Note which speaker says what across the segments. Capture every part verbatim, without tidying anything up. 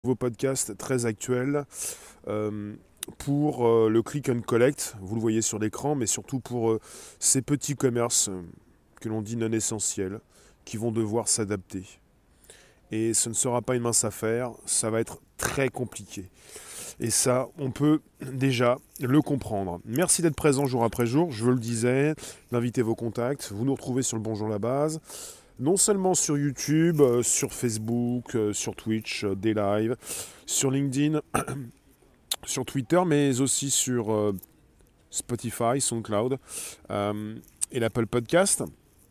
Speaker 1: Nouveau podcast très actuel euh, pour euh, le click and collect, vous le voyez sur l'écran, mais surtout pour euh, ces petits commerces euh, que l'on dit non essentiels, qui vont devoir s'adapter. Et ce ne sera pas une mince affaire, ça va être très compliqué. Et ça, on peut déjà le comprendre. Merci d'être présent jour après jour, je vous le disais, d'inviter vos contacts, vous nous retrouvez sur le Bonjour la Base. Non seulement sur YouTube, euh, sur Facebook, euh, sur Twitch, euh, des lives, sur LinkedIn, sur Twitter, mais aussi sur euh, Spotify, SoundCloud euh, et l'Apple Podcast.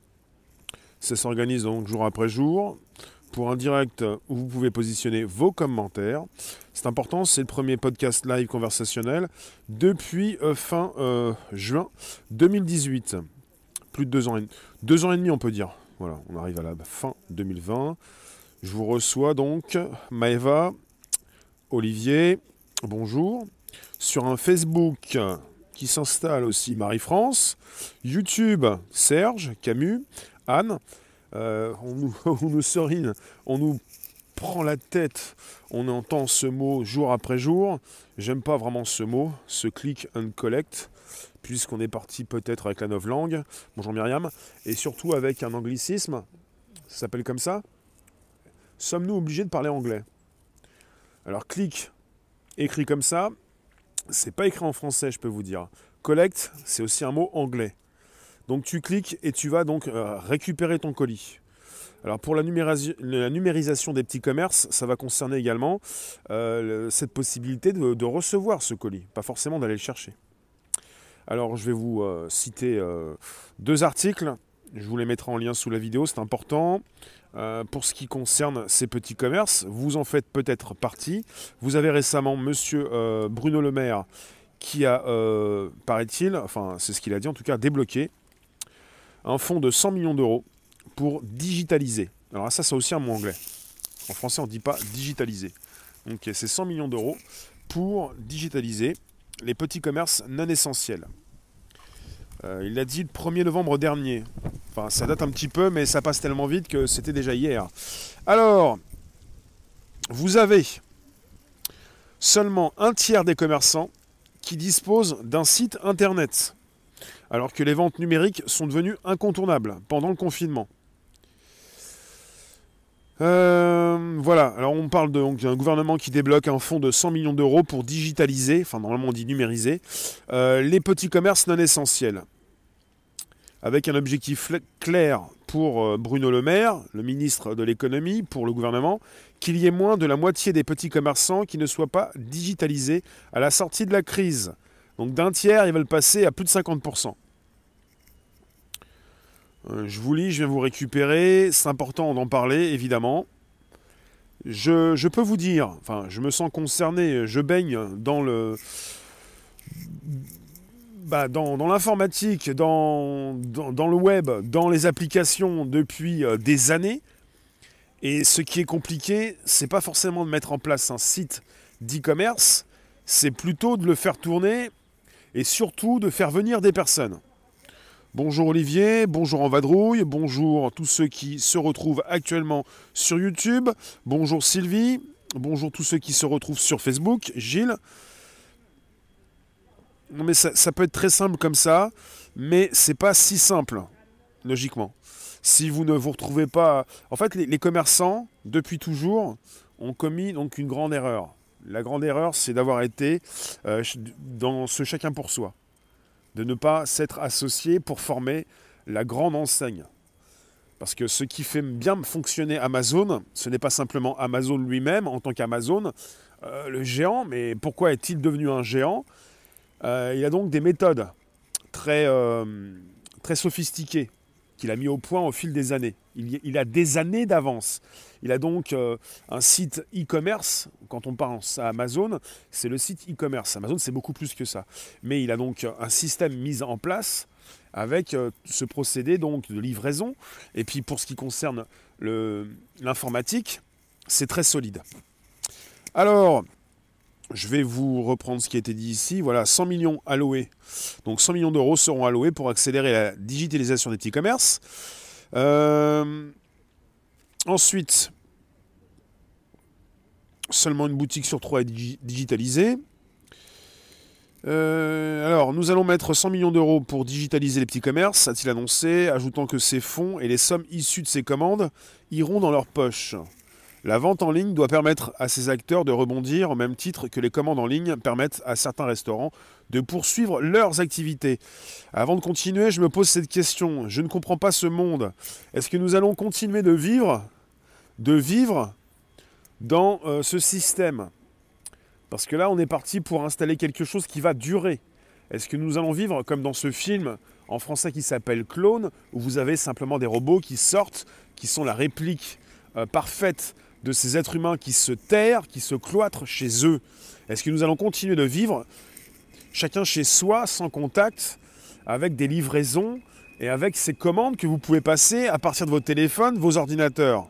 Speaker 1: Ça s'organise donc jour après jour pour un direct où vous pouvez positionner vos commentaires. C'est important, c'est le premier podcast live conversationnel depuis euh, fin euh, juin deux mille dix-huit. Plus de deux ans et, deux ans et demi, on peut dire. Voilà, on arrive à la fin deux mille vingt. Je vous reçois donc Maëva, Olivier, bonjour. Sur un Facebook qui s'installe aussi Marie-France. YouTube, Serge, Camus, Anne. Euh, on, nous, on nous serine, on nous prend la tête. On entend ce mot jour après jour. J'aime pas vraiment ce mot, ce click and collect, puisqu'on est parti peut-être avec la novlangue. Bonjour Myriam. Et surtout avec un anglicisme. Ça s'appelle comme ça. Sommes-nous obligés de parler anglais? Alors click, écrit comme ça, c'est pas écrit en français, je peux vous dire. Collect, c'est aussi un mot anglais. Donc tu cliques et tu vas donc euh, récupérer ton colis. Alors pour la, numéris- la numérisation des petits commerces, ça va concerner également euh, cette possibilité de, de recevoir ce colis, pas forcément d'aller le chercher. Alors je vais vous euh, citer euh, deux articles, je vous les mettrai en lien sous la vidéo, c'est important. Euh, pour ce qui concerne ces petits commerces, vous en faites peut-être partie. Vous avez récemment monsieur euh, Bruno Le Maire qui a, euh, paraît-il, enfin c'est ce qu'il a dit en tout cas, débloqué un fonds de cent millions d'euros pour digitaliser. Alors ça c'est aussi un mot anglais. En français on ne dit pas digitaliser. Donc c'est cent millions d'euros pour digitaliser les petits commerces non essentiels. Euh, il l'a dit le premier novembre dernier. Enfin, ça date un petit peu, mais ça passe tellement vite que c'était déjà hier. Alors, vous avez seulement un tiers des commerçants qui disposent d'un site internet, alors que les ventes numériques sont devenues incontournables pendant le confinement. Euh, voilà, alors on parle de, donc, d'un gouvernement qui débloque un fonds de cent millions d'euros pour digitaliser, enfin normalement on dit numériser, euh, les petits commerces non essentiels. Avec un objectif clair pour euh, Bruno Le Maire, le ministre de l'économie, pour le gouvernement, qu'il y ait moins de la moitié des petits commerçants qui ne soient pas digitalisés à la sortie de la crise. Donc d'un tiers, ils veulent passer à plus de cinquante pour cent. Euh, je vous lis, je viens vous récupérer. C'est important d'en parler, évidemment. Je, je peux vous dire, enfin, je me sens concerné, je baigne dans le... Bah, dans, dans l'informatique, dans, dans, dans le web, dans les applications depuis euh, des années. Et ce qui est compliqué, c'est pas forcément de mettre en place un site d'e-commerce, c'est plutôt de le faire tourner et surtout de faire venir des personnes. Bonjour Olivier, bonjour en vadrouille, bonjour tous ceux qui se retrouvent actuellement sur YouTube, bonjour Sylvie, bonjour tous ceux qui se retrouvent sur Facebook, Gilles. Non mais ça, ça peut être très simple comme ça, mais c'est pas si simple, logiquement. Si vous ne vous retrouvez pas... En fait, les, les commerçants, depuis toujours, ont commis donc une grande erreur. La grande erreur, c'est d'avoir été euh, dans ce chacun pour soi. De ne pas s'être associé pour former la grande enseigne. Parce que ce qui fait bien fonctionner Amazon, ce n'est pas simplement Amazon lui-même en tant qu'Amazon, euh, le géant, mais pourquoi est-il devenu un géant ? Euh, il a donc des méthodes très, euh, très sophistiquées qu'il a mis au point au fil des années. Il, il a des années d'avance. Il a donc euh, un site e-commerce. Quand on pense à Amazon, c'est le site e-commerce. Amazon, c'est beaucoup plus que ça. Mais il a donc un système mis en place avec euh, ce procédé donc, de livraison. Et puis pour ce qui concerne le, l'informatique, c'est très solide. Alors... Je vais vous reprendre ce qui a été dit ici. Voilà, cent millions alloués. Donc cent millions d'euros seront alloués pour accélérer la digitalisation des petits commerces. Euh, ensuite, Seulement une boutique sur trois est digi- digitalisée. Euh, alors, nous allons mettre cent millions d'euros pour digitaliser les petits commerces, a-t-il annoncé, ajoutant que ces fonds et les sommes issues de ces commandes iront dans leur poche. La vente en ligne doit permettre à ces acteurs de rebondir au même titre que les commandes en ligne permettent à certains restaurants de poursuivre leurs activités. Avant de continuer, je me pose cette question. Je ne comprends pas ce monde. Est-ce que nous allons continuer de vivre, de vivre dans euh, ce système ? Parce que là, on est parti pour installer quelque chose qui va durer. Est-ce que nous allons vivre comme dans ce film en français qui s'appelle Clone, où vous avez simplement des robots qui sortent, qui sont la réplique euh, parfaite de ces êtres humains qui se terrent, qui se cloîtrent chez eux? Est-ce que nous allons continuer de vivre chacun chez soi, sans contact, avec des livraisons et avec ces commandes que vous pouvez passer à partir de vos téléphones, vos ordinateurs?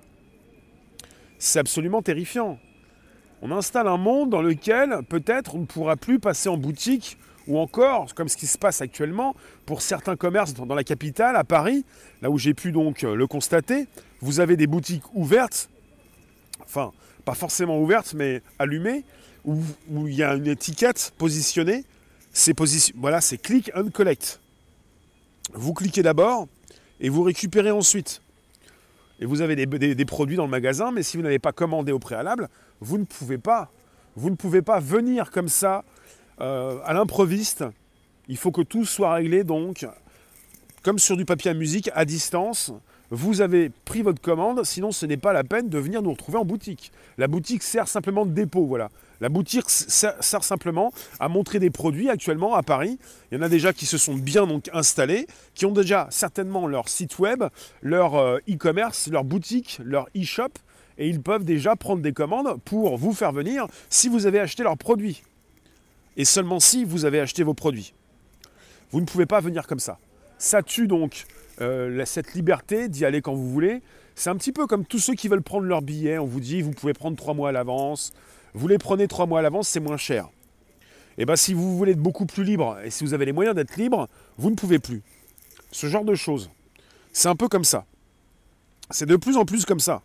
Speaker 1: C'est absolument terrifiant. On installe un monde dans lequel peut-être on ne pourra plus passer en boutique, ou encore, comme ce qui se passe actuellement, pour certains commerces dans la capitale, à Paris, là où j'ai pu donc le constater, vous avez des boutiques ouvertes, enfin, pas forcément ouvertes, mais allumées, où, où il y a une étiquette positionnée, c'est position, voilà, c'est click and collect. Vous cliquez d'abord, et vous récupérez ensuite. Et vous avez des, des, des produits dans le magasin, mais si vous n'avez pas commandé au préalable, vous ne pouvez pas. Vous ne pouvez pas venir comme ça, euh, à l'improviste. Il faut que tout soit réglé, donc, comme sur du papier à musique, à distance. Vous avez pris votre commande, sinon ce n'est pas la peine de venir nous retrouver en boutique. La boutique sert simplement de dépôt, voilà. La boutique sert, sert simplement à montrer des produits actuellement à Paris. Il y en a déjà qui se sont bien donc installés, qui ont déjà certainement leur site web, leur euh, e-commerce, leur boutique, leur e-shop, et ils peuvent déjà prendre des commandes pour vous faire venir si vous avez acheté leurs produits. Et seulement si vous avez acheté vos produits. Vous ne pouvez pas venir comme ça. Ça tue donc euh, cette liberté d'y aller quand vous voulez. C'est un petit peu comme tous ceux qui veulent prendre leurs billets. On vous dit, vous pouvez prendre trois mois à l'avance. Vous les prenez trois mois à l'avance, c'est moins cher. Et bien si vous voulez être beaucoup plus libre, et si vous avez les moyens d'être libre, vous ne pouvez plus. Ce genre de choses. C'est un peu comme ça. C'est de plus en plus comme ça.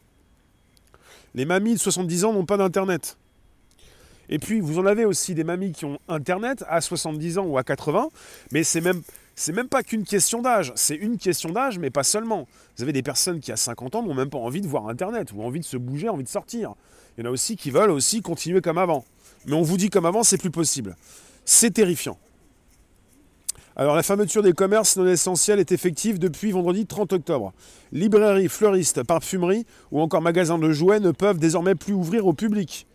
Speaker 1: Les mamies de soixante-dix ans n'ont pas d'internet. Et puis vous en avez aussi des mamies qui ont internet à soixante-dix ans ou à quatre-vingts, mais c'est même... C'est même pas qu'une question d'âge, c'est une question d'âge, mais pas seulement. Vous avez des personnes qui, à cinquante ans, n'ont même pas envie de voir Internet, ou envie de se bouger, envie de sortir. Il y en a aussi qui veulent aussi continuer comme avant. Mais on vous dit comme avant, c'est plus possible. C'est terrifiant. Alors, la fermeture des commerces non essentiels est effective depuis vendredi trente octobre. Librairies, fleuristes, parfumeries ou encore magasins de jouets ne peuvent désormais plus ouvrir au public.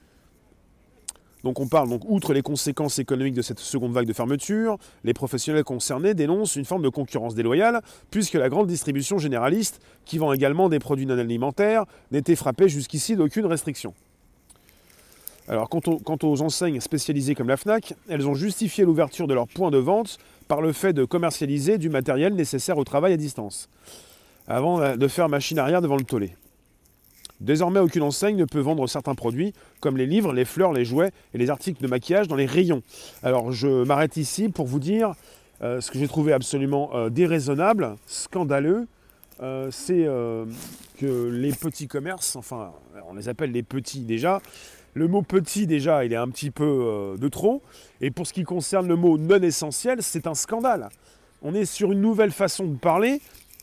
Speaker 1: Donc on parle, donc, outre les conséquences économiques de cette seconde vague de fermeture, les professionnels concernés dénoncent une forme de concurrence déloyale, puisque la grande distribution généraliste, qui vend également des produits non alimentaires, n'était frappée jusqu'ici d'aucune restriction. Alors quant, au, quant aux enseignes spécialisées comme la Fnac, elles ont justifié l'ouverture de leurs points de vente par le fait de commercialiser du matériel nécessaire au travail à distance, avant de faire machine arrière devant le tollé. Désormais, aucune enseigne ne peut vendre certains produits, comme les livres, les fleurs, les jouets et les articles de maquillage dans les rayons. Alors, je m'arrête ici pour vous dire euh, ce que j'ai trouvé absolument euh, déraisonnable, scandaleux, euh, c'est euh, que les petits commerces, enfin, on les appelle les petits déjà, le mot petit déjà, il est un petit peu euh, de trop, et pour ce qui concerne le mot non essentiel, c'est un scandale. On est sur une nouvelle façon de parler.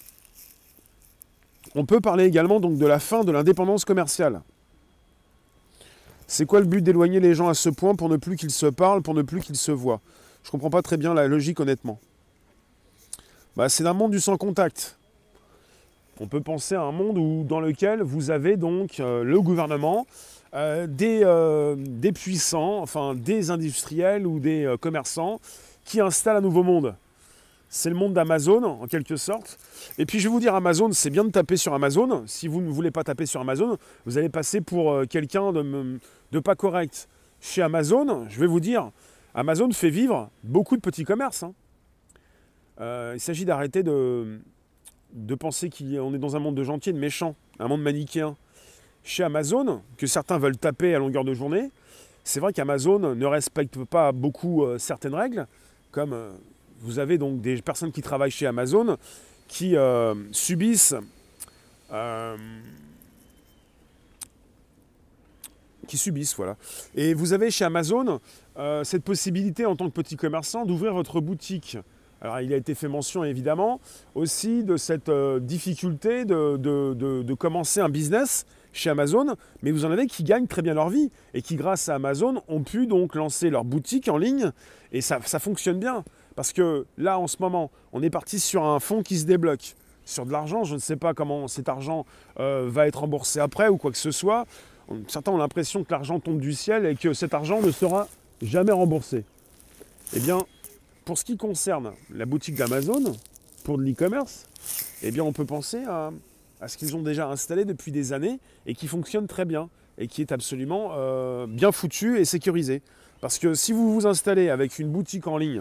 Speaker 1: On peut parler également donc de la fin de l'indépendance commerciale. C'est quoi le but d'éloigner les gens à ce point pour ne plus qu'ils se parlent, pour ne plus qu'ils se voient? Je ne comprends pas très bien la logique honnêtement. Bah, c'est un monde du sans contact. On peut penser à un monde où, dans lequel vous avez donc euh, le gouvernement, euh, des, euh, des puissants, enfin des industriels ou des euh, commerçants qui installent un nouveau monde. C'est le monde d'Amazon, en quelque sorte. Et puis, je vais vous dire, Amazon, c'est bien de taper sur Amazon. Si vous ne voulez pas taper sur Amazon, vous allez passer pour euh, quelqu'un de, de pas correct. Chez Amazon, je vais vous dire, Amazon fait vivre beaucoup de petits commerces. Hein. Euh, il s'agit d'arrêter de, de penser qu'on est dans un monde de gentils et de méchants, un monde manichéen. Chez Amazon, que certains veulent taper à longueur de journée, c'est vrai qu'Amazon ne respecte pas beaucoup euh, certaines règles, comme... Euh, Vous avez donc des personnes qui travaillent chez Amazon qui euh, subissent euh, qui subissent, voilà. Et vous avez chez Amazon euh, cette possibilité en tant que petit commerçant d'ouvrir votre boutique. Alors il a été fait mention évidemment aussi de cette euh, difficulté de, de, de, de commencer un business chez Amazon, mais vous en avez qui gagnent très bien leur vie et qui grâce à Amazon ont pu donc lancer leur boutique en ligne et ça, ça fonctionne bien. Parce que là en ce moment on est parti sur un fonds qui se débloque, sur de l'argent, je ne sais pas comment cet argent euh, va être remboursé après ou quoi que ce soit. Certains ont l'impression que l'argent tombe du ciel et que cet argent ne sera jamais remboursé. Eh bien, pour ce qui concerne la boutique d'Amazon, pour de l'e-commerce, eh bien, on peut penser à, à ce qu'ils ont déjà installé depuis des années et qui fonctionne très bien et qui est absolument euh, bien foutu et sécurisé. Parce que si vous vous installez avec une boutique en ligne,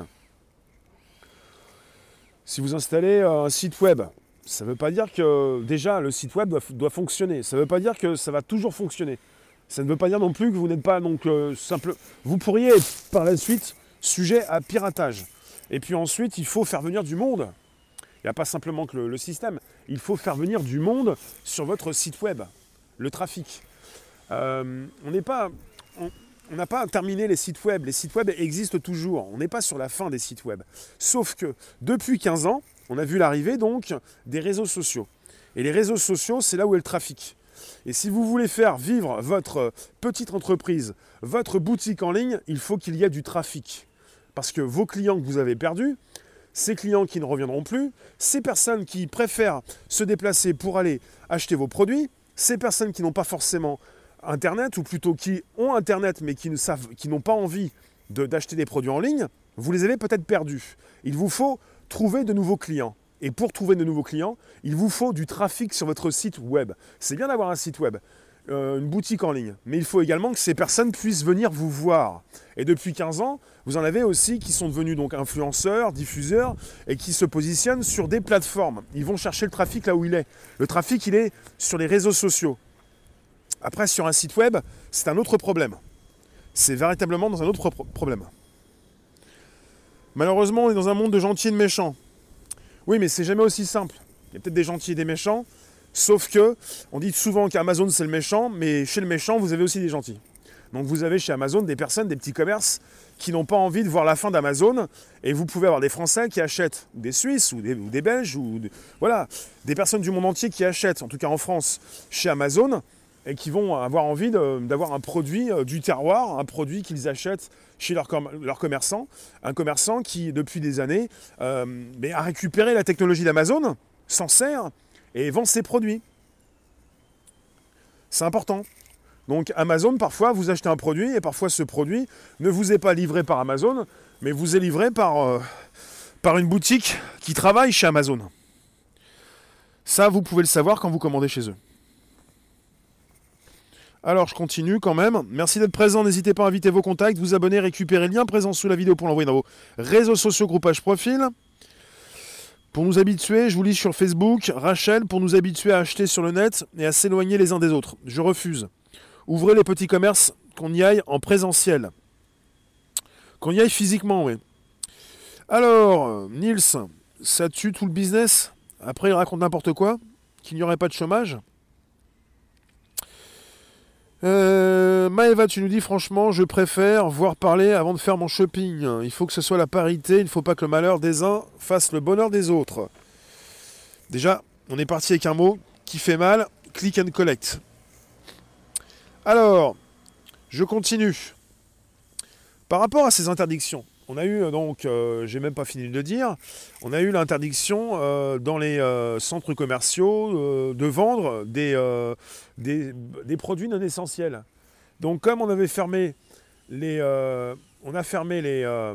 Speaker 1: si vous installez un site web, ça ne veut pas dire que déjà le site web doit, doit fonctionner. Ça ne veut pas dire que ça va toujours fonctionner. Ça ne veut pas dire non plus que vous n'êtes pas donc euh, simple. Vous pourriez être par la suite sujet à piratage. Et puis ensuite, il faut faire venir du monde. Il n'y a pas simplement que le, le système. Il faut faire venir du monde sur votre site web, le trafic. Euh, on n'est pas, on, on n'a pas terminé les sites web. Les sites web existent toujours. On n'est pas sur la fin des sites web. Sauf que depuis quinze ans, on a vu l'arrivée donc des réseaux sociaux. Et les réseaux sociaux, c'est là où est le trafic. Et si vous voulez faire vivre votre petite entreprise, votre boutique en ligne, il faut qu'il y ait du trafic. Parce que vos clients que vous avez perdus, ces clients qui ne reviendront plus, ces personnes qui préfèrent se déplacer pour aller acheter vos produits, ces personnes qui n'ont pas forcément Internet, ou plutôt qui ont Internet mais qui ne savent, qui n'ont pas envie de, d'acheter des produits en ligne, vous les avez peut-être perdus. Il vous faut trouver de nouveaux clients. Et pour trouver de nouveaux clients, il vous faut du trafic sur votre site web. C'est bien d'avoir un site web, euh, une boutique en ligne, mais il faut également que ces personnes puissent venir vous voir. Et depuis quinze ans, vous en avez aussi qui sont devenus donc influenceurs, diffuseurs, et qui se positionnent sur des plateformes. Ils vont chercher le trafic là où il est. Le trafic, il est sur les réseaux sociaux. Après, sur un site web, c'est un autre problème. C'est véritablement dans un autre pro- problème. Malheureusement, on est dans un monde de gentils et de méchants. Oui, mais c'est jamais aussi simple. Il y a peut-être des gentils et des méchants, sauf que on dit souvent qu'Amazon c'est le méchant, mais chez le méchant, vous avez aussi des gentils. Donc vous avez chez Amazon des personnes, des petits commerces qui n'ont pas envie de voir la fin d'Amazon, et vous pouvez avoir des Français qui achètent, ou des Suisses, ou des, ou des Belges, ou des, voilà, des personnes du monde entier qui achètent, en tout cas en France, chez Amazon, et qui vont avoir envie de, d'avoir un produit du terroir, un produit qu'ils achètent chez leur, com- leur commerçant, un commerçant qui, depuis des années, euh, mais a récupéré la technologie d'Amazon, s'en sert et vend ses produits. C'est important. Donc Amazon, parfois, vous achetez un produit et parfois ce produit ne vous est pas livré par Amazon, mais vous est livré par, euh, par une boutique qui travaille chez Amazon. Ça, vous pouvez le savoir quand vous commandez chez eux. Alors, je continue quand même. Merci d'être présent. N'hésitez pas à inviter vos contacts, vous abonner, récupérer le lien présent sous la vidéo pour l'envoyer dans vos réseaux sociaux, groupage, profil. Pour nous habituer, je vous lis sur Facebook, Rachel, pour nous habituer à acheter sur le net et à s'éloigner les uns des autres. Je refuse. Ouvrez les petits commerces, qu'on y aille en présentiel. Qu'on y aille physiquement, oui. Alors, Nils, ça tue tout le business. Après, il raconte n'importe quoi, qu'il n'y aurait pas de chômage. Euh, Maëva, tu nous dis franchement, je préfère voir parler avant de faire mon shopping. Il faut que ce soit la parité, il ne faut pas que le malheur des uns fasse le bonheur des autres. Déjà, on est parti avec un mot qui fait mal, click and collect. Alors, je continue. Par rapport à ces interdictions, on a eu donc, euh, j'ai même pas fini de le dire, on a eu l'interdiction euh, dans les euh, centres commerciaux euh, de vendre des, euh, des, des produits non essentiels. Donc comme on avait fermé les, euh, on a fermé les, euh,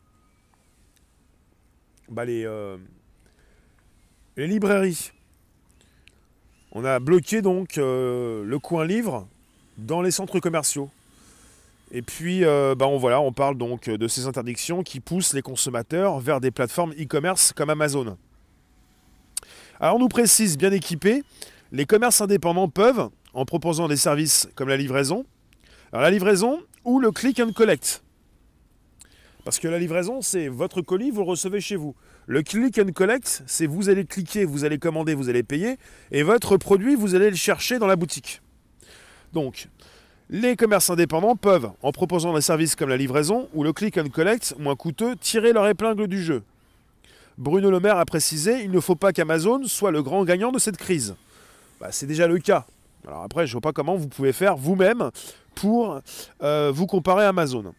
Speaker 1: bah les, euh, les librairies, on a bloqué donc euh, le coin livre dans les centres commerciaux. Et puis, euh, bah on, voilà, on parle donc de ces interdictions qui poussent les consommateurs vers des plateformes e-commerce comme Amazon. Alors, on nous précise, bien équipés, les commerces indépendants peuvent, en proposant des services comme la livraison, alors la livraison ou le click and collect. Parce que la livraison, c'est votre colis, vous le recevez chez vous. Le click and collect, c'est vous allez cliquer, vous allez commander, vous allez payer, et votre produit, vous allez le chercher dans la boutique. Donc, Les commerces indépendants peuvent, en proposant des services comme la livraison ou le click and collect moins coûteux, tirer leur épingle du jeu. Bruno Le Maire a précisé qu'il ne faut pas qu'Amazon soit le grand gagnant de cette crise. Bah, c'est déjà le cas. Alors après, je ne vois pas comment vous pouvez faire vous-même pour euh, vous comparer à Amazon.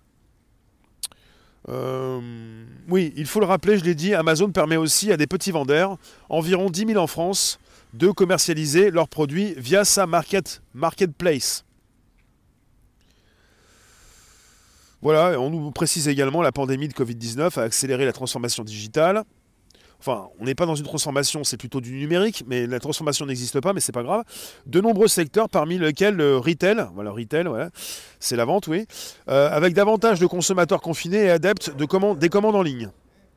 Speaker 1: Euh, oui, il faut le rappeler, je l'ai dit, Amazon permet aussi à des petits vendeurs, environ dix mille en France, de commercialiser leurs produits via sa market, marketplace. Voilà, on nous précise également la pandémie de covid dix-neuf a accéléré la transformation digitale. Enfin, on n'est pas dans une transformation, c'est plutôt du numérique, mais la transformation n'existe pas, mais c'est pas grave. De nombreux secteurs, parmi lesquels le retail, voilà, retail, ouais, c'est la vente, oui, euh, avec davantage de consommateurs confinés et adeptes de commandes, des commandes en ligne.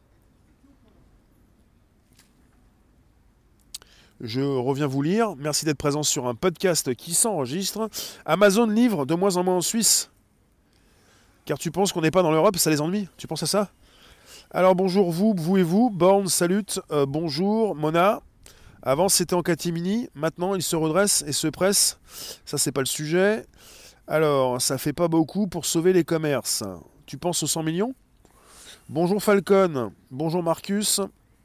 Speaker 1: Je reviens vous lire. Merci d'être présent sur un podcast qui s'enregistre. Amazon livre de moins en moins en Suisse. Car tu penses qu'on n'est pas dans l'Europe, ça les ennuie? Tu penses à ça? Alors bonjour vous, vous et vous, Born, salut, euh, bonjour, Mona. Avant c'était en catimini, maintenant il se redresse et se presse. Ça c'est pas le sujet. Alors, ça fait pas beaucoup pour sauver les commerces. Tu penses aux cent millions? Bonjour Falcon, bonjour Marcus.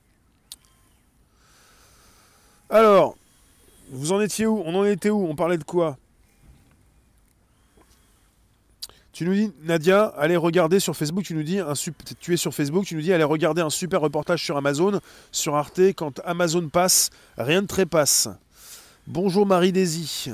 Speaker 1: Alors, vous en étiez où? On en était où? On parlait de quoi? Tu nous dis, Nadia, allez regarder sur Facebook, tu nous dis, un sup- tu es sur Facebook, tu nous dis, allez regarder un super reportage sur Amazon, sur Arte, quand Amazon passe, rien de trépasse. Bonjour Marie-Daisy.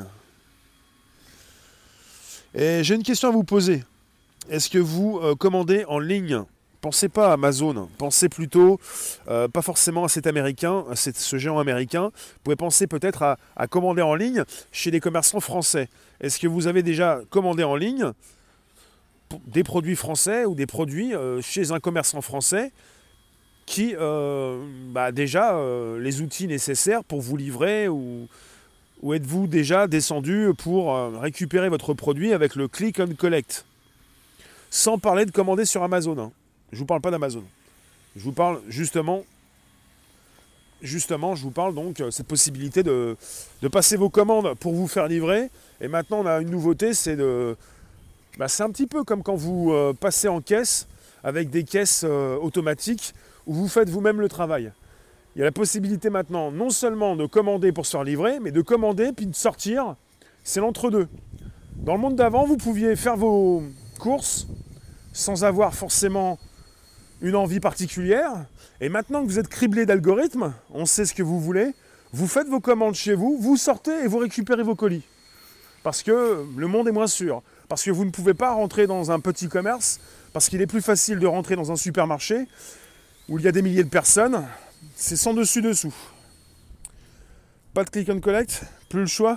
Speaker 1: Et j'ai une question à vous poser. Est-ce que vous euh, commandez en ligne? Pensez pas à Amazon, pensez plutôt, euh, pas forcément à cet américain, à cet- ce géant américain. Vous pouvez penser peut-être à, à commander en ligne chez des commerçants français. Est-ce que vous avez déjà commandé en ligne des produits français ou des produits euh, chez un commerçant français qui euh, bah déjà euh, les outils nécessaires pour vous livrer ou, ou êtes-vous déjà descendu pour euh, récupérer votre produit avec le click and collect? Sans parler de commander sur Amazon. Hein. Je ne vous parle pas d'Amazon. Je vous parle justement, justement, je vous parle donc euh, cette possibilité de, de passer vos commandes pour vous faire livrer. Et maintenant, on a une nouveauté, c'est de Bah, c'est un petit peu comme quand vous euh, passez en caisse avec des caisses euh, automatiques où vous faites vous-même le travail. Il y a la possibilité maintenant non seulement de commander pour se faire livrer, mais de commander puis de sortir. C'est l'entre-deux. Dans le monde d'avant, vous pouviez faire vos courses sans avoir forcément une envie particulière. Et maintenant que vous êtes criblé d'algorithmes, on sait ce que vous voulez, vous faites vos commandes chez vous, vous sortez et vous récupérez vos colis. Parce que le monde est moins sûr. Parce que vous ne pouvez pas rentrer dans un petit commerce, parce qu'il est plus facile de rentrer dans un supermarché où il y a des milliers de personnes. C'est sans dessus-dessous. Pas de click and collect, plus le choix.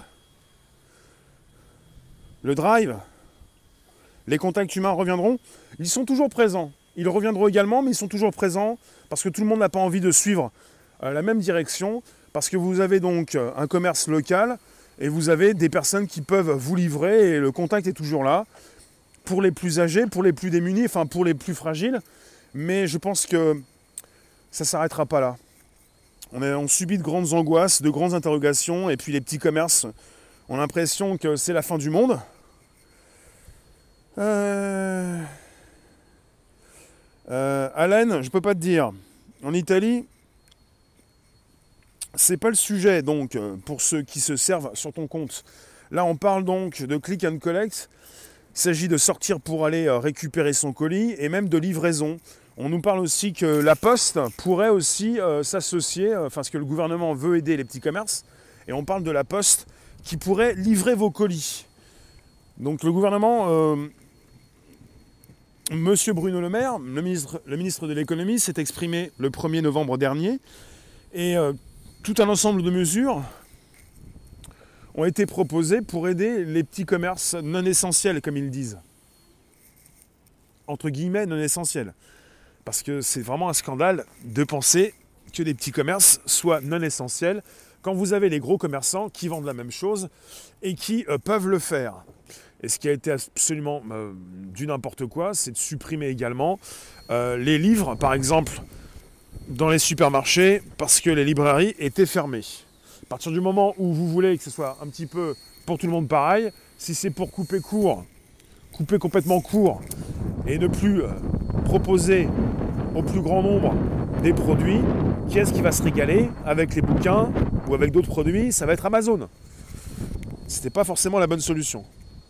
Speaker 1: Le drive, les contacts humains reviendront. Ils sont toujours présents. Ils reviendront également, mais ils sont toujours présents parce que tout le monde n'a pas envie de suivre euh, la même direction. Parce que vous avez donc un commerce local et vous avez des personnes qui peuvent vous livrer et le contact est toujours là. Pour les plus âgés, pour les plus démunis, enfin pour les plus fragiles. Mais je pense que ça ne s'arrêtera pas là. On, est, on subit de grandes angoisses, de grandes interrogations et puis les petits commerces ont l'impression que c'est la fin du monde. Euh... Euh, Alain, je peux pas te dire. En Italie, c'est pas le sujet, donc, pour ceux qui se servent sur ton compte. Là, on parle donc de click and collect. Il s'agit de sortir pour aller récupérer son colis et même de livraison. On nous parle aussi que la Poste pourrait aussi euh, s'associer, euh, enfin, parce que le gouvernement veut aider les petits commerces, et on parle de la Poste qui pourrait livrer vos colis. Donc, le gouvernement... Euh, Monsieur Bruno Le Maire, le ministre, le ministre de l'économie, s'est exprimé le premier novembre dernier et euh, tout un ensemble de mesures ont été proposées pour aider les petits commerces non essentiels, comme ils disent. Entre guillemets, non essentiels. Parce que c'est vraiment un scandale de penser que les petits commerces soient non essentiels quand vous avez les gros commerçants qui vendent la même chose et qui euh, peuvent le faire. Et ce qui a été absolument euh, du n'importe quoi, c'est de supprimer également euh, les livres, par exemple, dans les supermarchés, parce que les librairies étaient fermées. À partir du moment où vous voulez que ce soit un petit peu pour tout le monde pareil, si c'est pour couper court, couper complètement court et ne plus euh, proposer au plus grand nombre des produits, qui est-ce qui va se régaler avec les bouquins ou avec d'autres produits? Ça va être Amazon. C'était pas forcément la bonne solution.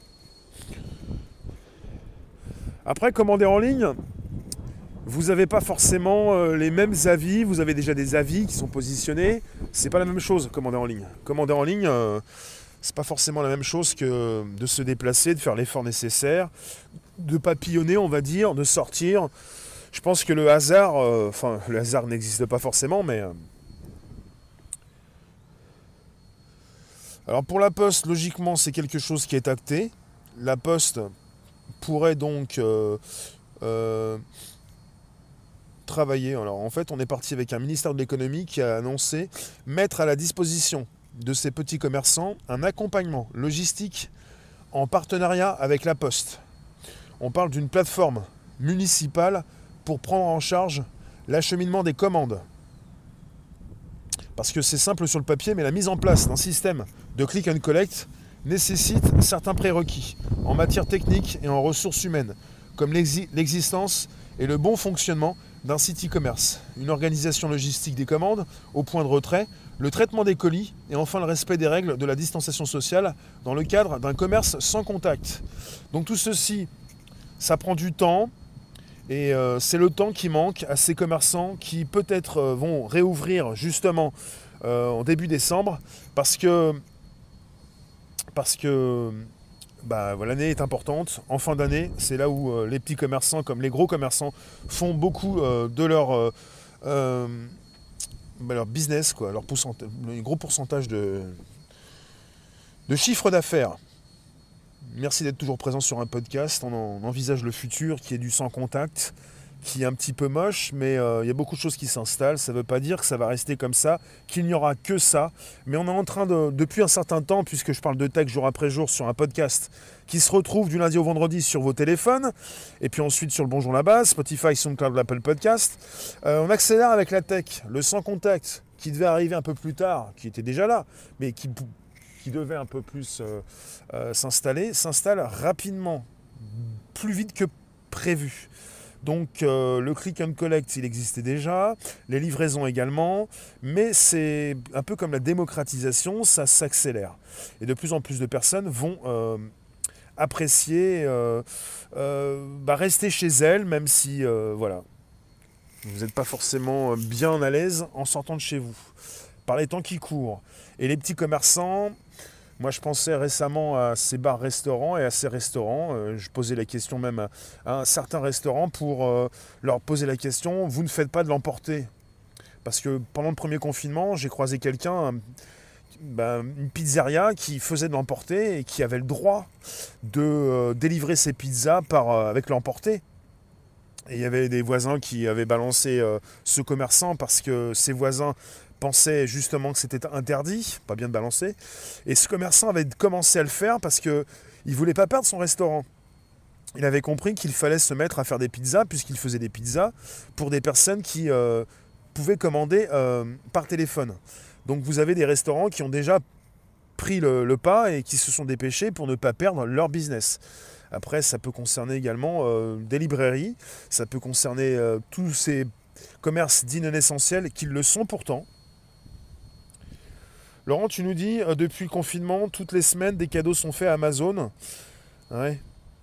Speaker 1: Après, commander en ligne, vous n'avez pas forcément euh, les mêmes avis, vous avez déjà des avis qui sont positionnés. C'est pas la même chose, commander en ligne. Commander en ligne, euh, c'est pas forcément la même chose que de se déplacer, de faire l'effort nécessaire, de papillonner, on va dire, de sortir. Je pense que le hasard, euh, enfin, le hasard n'existe pas forcément, mais... Euh... Alors pour la Poste, logiquement, c'est quelque chose qui est acté. La Poste pourrait donc... Euh, euh, travailler. Alors en fait, on est parti avec un ministère de l'économie qui a annoncé mettre à la disposition de ces petits commerçants un accompagnement logistique en partenariat avec la Poste. On parle d'une plateforme municipale pour prendre en charge l'acheminement des commandes. Parce que c'est simple sur le papier, mais la mise en place d'un système de click and collect nécessite certains prérequis en matière technique et en ressources humaines, comme l'exi- l'existence et le bon fonctionnement d'un site e-commerce, une organisation logistique des commandes au point de retrait, le traitement des colis et enfin le respect des règles de la distanciation sociale dans le cadre d'un commerce sans contact. Donc tout ceci, ça prend du temps et euh, c'est le temps qui manque à ces commerçants qui peut-être euh, vont réouvrir justement euh, en début décembre parce que, parce que Bah, l'année est importante. En fin d'année, c'est là où euh, les petits commerçants, comme les gros commerçants, font beaucoup euh, de leur, euh, euh, bah, leur business, quoi, leur pourcentage, un gros pourcentage de, de chiffre d'affaires. Merci d'être toujours présent sur un podcast. On, en, on envisage le futur qui est du sans contact, qui est un petit peu moche, mais euh, il y a beaucoup de choses qui s'installent. Ça ne veut pas dire que ça va rester comme ça, qu'il n'y aura que ça. Mais on est en train de, depuis un certain temps, puisque je parle de tech jour après jour sur un podcast qui se retrouve du lundi au vendredi sur vos téléphones, et puis ensuite sur le Bonjour là-bas, Spotify, SoundCloud, l'Apple Podcast, euh, on accélère avec la tech, le sans contact, qui devait arriver un peu plus tard, qui était déjà là, mais qui, qui devait un peu plus euh, euh, s'installer, s'installe rapidement, plus vite que prévu. Donc euh, le click and collect, il existait déjà, les livraisons également, mais c'est un peu comme la démocratisation, ça s'accélère. Et de plus en plus de personnes vont euh, apprécier, euh, euh, bah, rester chez elles, même si euh, voilà, vous n'êtes pas forcément bien à l'aise en sortant de chez vous, par les temps qui courent. Et les petits commerçants... Moi, je pensais récemment à ces bars-restaurants et à ces restaurants. Euh, je posais la question même à, à un certain restaurant pour euh, leur poser la question, vous ne faites pas de l'emporter? Parce que pendant le premier confinement, j'ai croisé quelqu'un, ben, une pizzeria qui faisait de l'emporter et qui avait le droit de euh, délivrer ses pizzas par, euh, avec l'emporter. Et il y avait des voisins qui avaient balancé euh, ce commerçant parce que ses voisins pensait justement que c'était interdit, pas bien de balancer, et ce commerçant avait commencé à le faire parce qu'il ne voulait pas perdre son restaurant. Il avait compris qu'il fallait se mettre à faire des pizzas, puisqu'il faisait des pizzas pour des personnes qui euh, pouvaient commander euh, par téléphone. Donc vous avez des restaurants qui ont déjà pris le, le pas et qui se sont dépêchés pour ne pas perdre leur business. Après, ça peut concerner également euh, des librairies, ça peut concerner euh, tous ces commerces dits non essentiels qui le sont pourtant. Laurent, tu nous dis, euh, depuis le confinement, toutes les semaines, des cadeaux sont faits à Amazon. Ouais.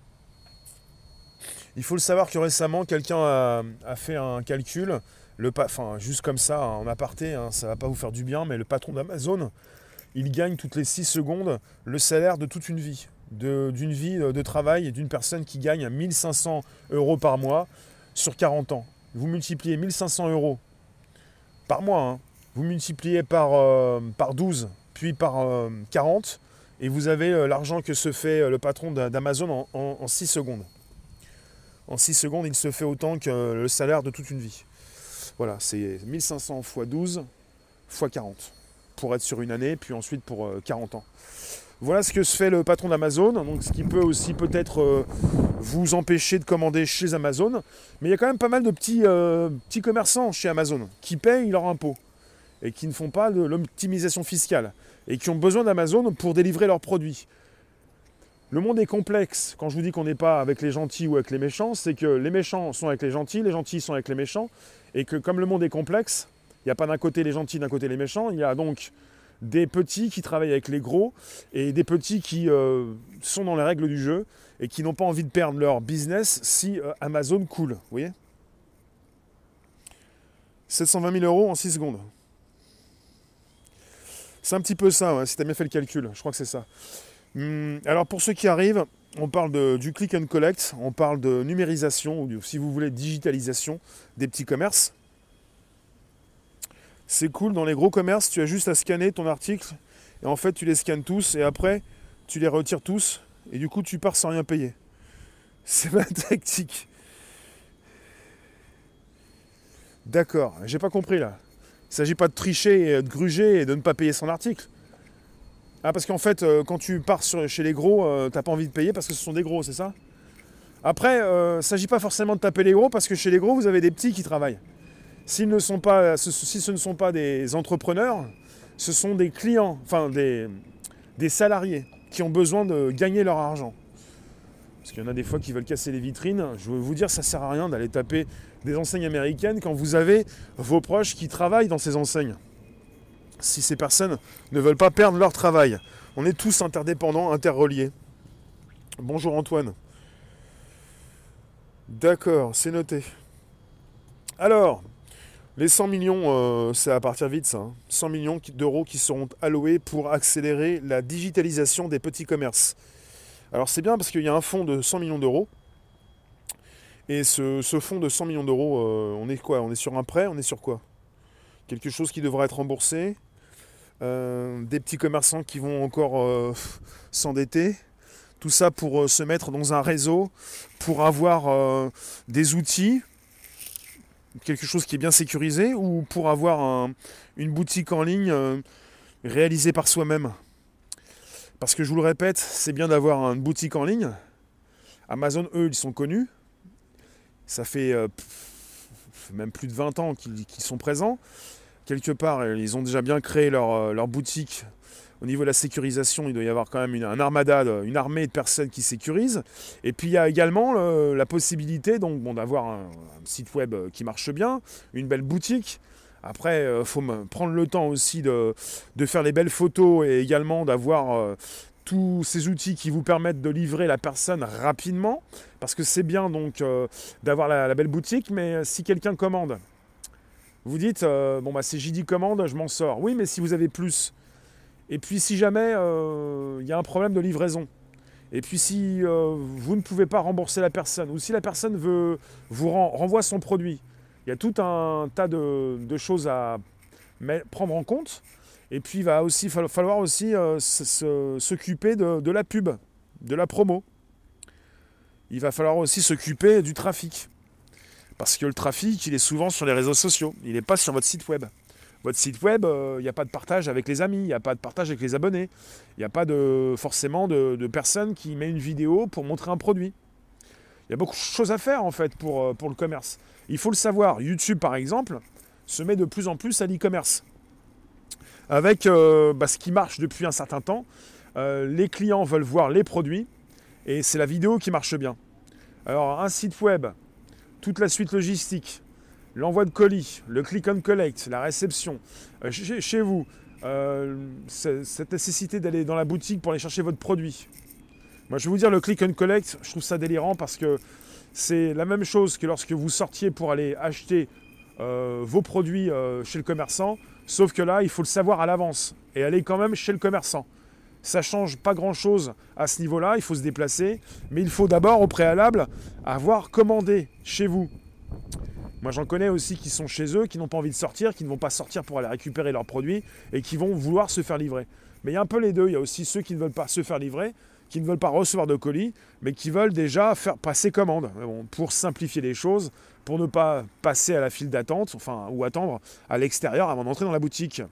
Speaker 1: Il faut le savoir que récemment, quelqu'un a, a fait un calcul, le pa- enfin, juste comme ça, en aparté, hein, ça ne va pas vous faire du bien, mais le patron d'Amazon, il gagne toutes les six secondes le salaire de toute une vie, de, d'une vie de travail et d'une personne qui gagne mille cinq cents euros par mois sur quarante ans. Vous multipliez mille cinq cents euros par mois, hein. Vous multipliez par, euh, par douze, puis par euh, quarante, et vous avez euh, l'argent que se fait euh, le patron d'Amazon en, en, en six secondes. En six secondes, il se fait autant que le salaire de toute une vie. Voilà, c'est mille cinq cents fois douze fois quarante, pour être sur une année, puis ensuite pour euh, quarante ans. Voilà ce que se fait le patron d'Amazon, donc ce qui peut aussi peut-être euh, vous empêcher de commander chez Amazon. Mais il y a quand même pas mal de petits, euh, petits commerçants chez Amazon qui payent leurs impôts et qui ne font pas de l'optimisation fiscale et qui ont besoin d'Amazon pour délivrer leurs produits. Le monde est complexe. Quand je vous dis qu'on n'est pas avec les gentils ou avec les méchants, c'est que les méchants sont avec les gentils, les gentils sont avec les méchants, et que comme le monde est complexe, il n'y a pas d'un côté les gentils, d'un côté les méchants, il y a donc des petits qui travaillent avec les gros, et des petits qui euh, sont dans les règles du jeu, et qui n'ont pas envie de perdre leur business si euh, Amazon coule, vous voyez. sept cent vingt mille euros en six secondes. C'est un petit peu ça, ouais, si tu as bien fait le calcul, je crois que c'est ça. Hum, alors pour ceux qui arrivent, on parle de, du click and collect, on parle de numérisation, ou si vous voulez digitalisation des petits commerces. C'est cool, dans les gros commerces, tu as juste à scanner ton article, et en fait tu les scannes tous, et après tu les retires tous, et du coup tu pars sans rien payer. C'est ma tactique. D'accord, j'ai pas compris là. Il ne s'agit pas de tricher, et de gruger et de ne pas payer son article. Ah, parce qu'en fait, euh, quand tu pars sur, chez les gros, euh, t'as pas envie de payer parce que ce sont des gros, c'est ça? Après, euh, il ne s'agit pas forcément de taper les gros parce que chez les gros, vous avez des petits qui travaillent. S'ils ne sont pas, si ce ne sont pas des entrepreneurs, ce sont des clients, enfin des, des salariés qui ont besoin de gagner leur argent. Parce qu'il y en a des fois qui veulent casser les vitrines. Je veux vous dire, ça ne sert à rien d'aller taper des enseignes américaines quand vous avez vos proches qui travaillent dans ces enseignes. Si ces personnes ne veulent pas perdre leur travail. On est tous interdépendants, interreliés. Bonjour Antoine. D'accord, c'est noté. Alors, les cent millions, euh, c'est à partir vite ça. Hein. cent millions d'euros qui seront alloués pour accélérer la digitalisation des petits commerces. Alors c'est bien parce qu'il y a un fonds de cent millions d'euros. Et ce, ce fonds de cent millions d'euros, euh, on est quoi? On est sur un prêt? On est sur quoi? Quelque chose qui devra être remboursé. Euh, des petits commerçants qui vont encore euh, s'endetter. Tout ça pour euh, se mettre dans un réseau, pour avoir euh, des outils, quelque chose qui est bien sécurisé, ou pour avoir un, une boutique en ligne euh, réalisée par soi-même. Parce que je vous le répète, c'est bien d'avoir une boutique en ligne. Amazon, eux, ils sont connus. Ça fait euh, même plus de vingt ans qu'ils, qu'ils sont présents. Quelque part, ils ont déjà bien créé leur, leur boutique. Au niveau de la sécurisation, il doit y avoir quand même une, un armada, une armée de personnes qui sécurisent. Et puis il y a également le, la possibilité donc, bon, d'avoir un, un site web qui marche bien, une belle boutique. Après, il euh, faut prendre le temps aussi de, de faire les belles photos et également d'avoir euh, tous ces outils qui vous permettent de livrer la personne rapidement. Parce que c'est bien donc euh, d'avoir la, la belle boutique, mais si quelqu'un commande, vous dites, euh, bon bah c'est J D commande, je m'en sors. Oui, mais si vous avez plus. Et puis si jamais il euh, y a un problème de livraison. Et puis si euh, vous ne pouvez pas rembourser la personne, ou si la personne veut vous ren- renvoie son produit, il y a tout un tas de, de choses à mettre, prendre en compte. Et puis il va aussi falloir aussi euh, s'occuper de, de la pub, de la promo. Il va falloir aussi s'occuper du trafic. Parce que le trafic, il est souvent sur les réseaux sociaux. Il n'est pas sur votre site web. Votre site web, il euh, n'y a pas de partage avec les amis, il n'y a pas de partage avec les abonnés. Il n'y a pas de, forcément de, de personnes qui mettent une vidéo pour montrer un produit. Il y a beaucoup de choses à faire en fait pour, pour le commerce. Il faut le savoir. YouTube par exemple se met de plus en plus à l'e-commerce. Avec euh, bah, ce qui marche depuis un certain temps, euh, les clients veulent voir les produits et c'est la vidéo qui marche bien. Alors un site web, toute la suite logistique, l'envoi de colis, le click and collect, la réception, euh, chez, chez vous, euh, cette nécessité d'aller dans la boutique pour aller chercher votre produit. Moi je vais vous dire, le click and collect, je trouve ça délirant parce que c'est la même chose que lorsque vous sortiez pour aller acheter euh, vos produits euh, chez le commerçant, sauf que là, il faut le savoir à l'avance et aller quand même chez le commerçant. Ça ne change pas grand-chose à ce niveau-là, il faut se déplacer, mais il faut d'abord, au préalable, avoir commandé chez vous. Moi, j'en connais aussi qui sont chez eux, qui n'ont pas envie de sortir, qui ne vont pas sortir pour aller récupérer leurs produits et qui vont vouloir se faire livrer. Mais il y a un peu les deux, il y a aussi ceux qui ne veulent pas se faire livrer, qui ne veulent pas recevoir de colis, mais qui veulent déjà faire passer commande, bon, pour simplifier les choses, pour ne pas passer à la file d'attente, enfin, ou attendre à l'extérieur avant d'entrer dans la boutique.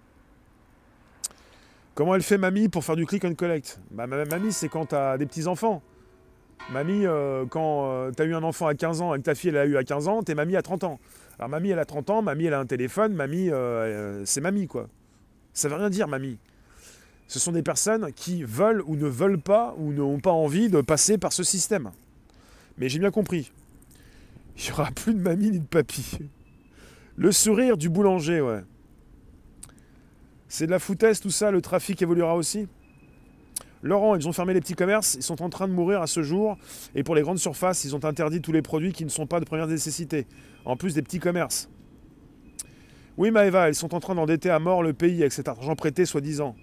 Speaker 1: Comment elle fait mamie pour faire du click and collect? Bah, mamie, c'est quand tu as des petits-enfants. Mamie, euh, quand euh, tu as eu un enfant à quinze ans et que ta fille elle a eu à quinze ans, t'es mamie à trente ans. Alors mamie, elle a trente ans, mamie, elle a un téléphone, mamie, euh, euh, c'est mamie, quoi. Ça veut rien dire, mamie. Ce sont des personnes qui veulent ou ne veulent pas ou n'ont pas envie de passer par ce système. Mais j'ai bien compris. Il n'y aura plus de mamie ni de papy. Le sourire du boulanger, ouais. C'est de la foutaise tout ça, le trafic évoluera aussi. Laurent, ils ont fermé les petits commerces, ils sont en train de mourir à ce jour. Et pour les grandes surfaces, ils ont interdit tous les produits qui ne sont pas de première nécessité. En plus des petits commerces. Oui, Maëva, ils sont en train d'endetter à mort le pays avec cet argent prêté, soi-disant.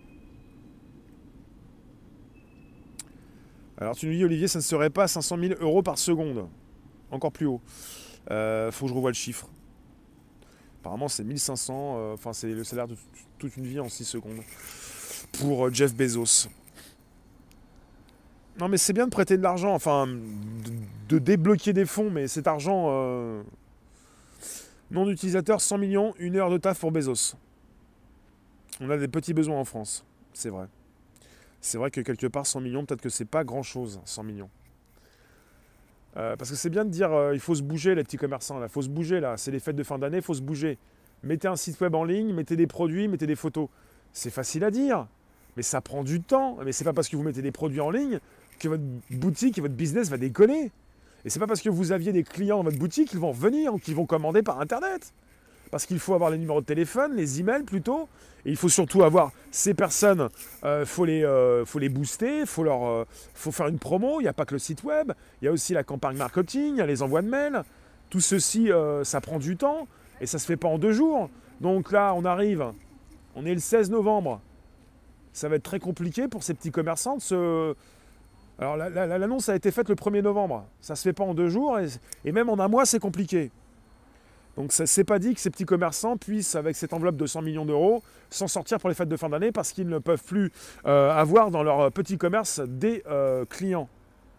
Speaker 1: Alors tu nous dis, Olivier, ça ne serait pas cinq cent mille euros par seconde. Encore plus haut. Euh, faut que je revoie le chiffre. Apparemment, c'est mille cinq cents. Euh, enfin, c'est le salaire de toute une vie en six secondes. Pour euh, Jeff Bezos. Non, mais c'est bien de prêter de l'argent. Enfin, de, de débloquer des fonds. Mais cet argent... Euh... Nom d'utilisateur, cent millions. Une heure de taf pour Bezos. On a des petits besoins en France. C'est vrai. C'est vrai que quelque part, cent millions, peut-être que c'est pas grand-chose, cent millions. Euh, parce que c'est bien de dire, euh, il faut se bouger, les petits commerçants, il faut se bouger, là. C'est les fêtes de fin d'année, il faut se bouger. Mettez un site web en ligne, mettez des produits, mettez des photos. C'est facile à dire, mais ça prend du temps. Mais c'est pas parce que vous mettez des produits en ligne que votre boutique et votre business va décoller. Et c'est pas parce que vous aviez des clients dans votre boutique qu'ils vont venir ou qu'ils vont commander par Internet. Parce qu'il faut avoir les numéros de téléphone, les emails plutôt. Et il faut surtout avoir ces personnes, il euh, faut, euh, faut les booster, il faut, euh, faut faire une promo. Il n'y a pas que le site web, il y a aussi la campagne marketing, il y a les envois de mails. Tout ceci, euh, ça prend du temps et ça ne se fait pas en deux jours. Donc là, on arrive, on est le seize novembre. Ça va être très compliqué pour ces petits commerçants de se... Alors l'annonce a été faite le premier novembre. Ça ne se fait pas en deux jours et, et même en un mois, c'est compliqué. Donc ça c'est pas dit que ces petits commerçants puissent, avec cette enveloppe de cent millions d'euros, s'en sortir pour les fêtes de fin d'année parce qu'ils ne peuvent plus euh, avoir dans leur petit commerce des euh, clients.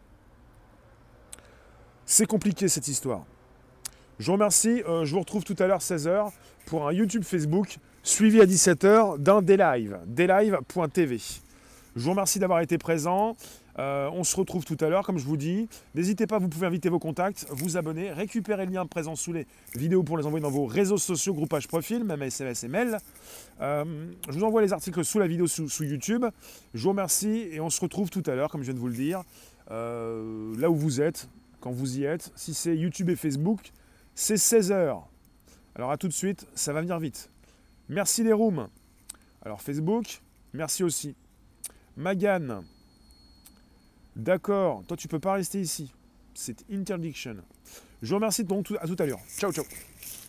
Speaker 1: C'est compliqué cette histoire. Je vous remercie, euh, je vous retrouve tout à l'heure seize heures pour un YouTube Facebook suivi à dix-sept heures d'un D-Live, d live point t v. Je vous remercie d'avoir été présent. Euh, on se retrouve tout à l'heure, comme je vous dis. N'hésitez pas, vous pouvez inviter vos contacts, vous abonner, récupérer le lien présent sous les vidéos pour les envoyer dans vos réseaux sociaux, groupage profil, même S M S et mail. Euh, je vous envoie les articles sous la vidéo sous, sous YouTube. Je vous remercie et on se retrouve tout à l'heure, comme je viens de vous le dire. Euh, là où vous êtes, quand vous y êtes. Si c'est YouTube et Facebook, c'est seize heures. Alors à tout de suite, ça va venir vite. Merci les rooms. Alors Facebook, merci aussi. Magan. D'accord, toi tu peux pas rester ici. C'est interdiction. Je vous remercie donc à tout à l'heure. Ciao, ciao.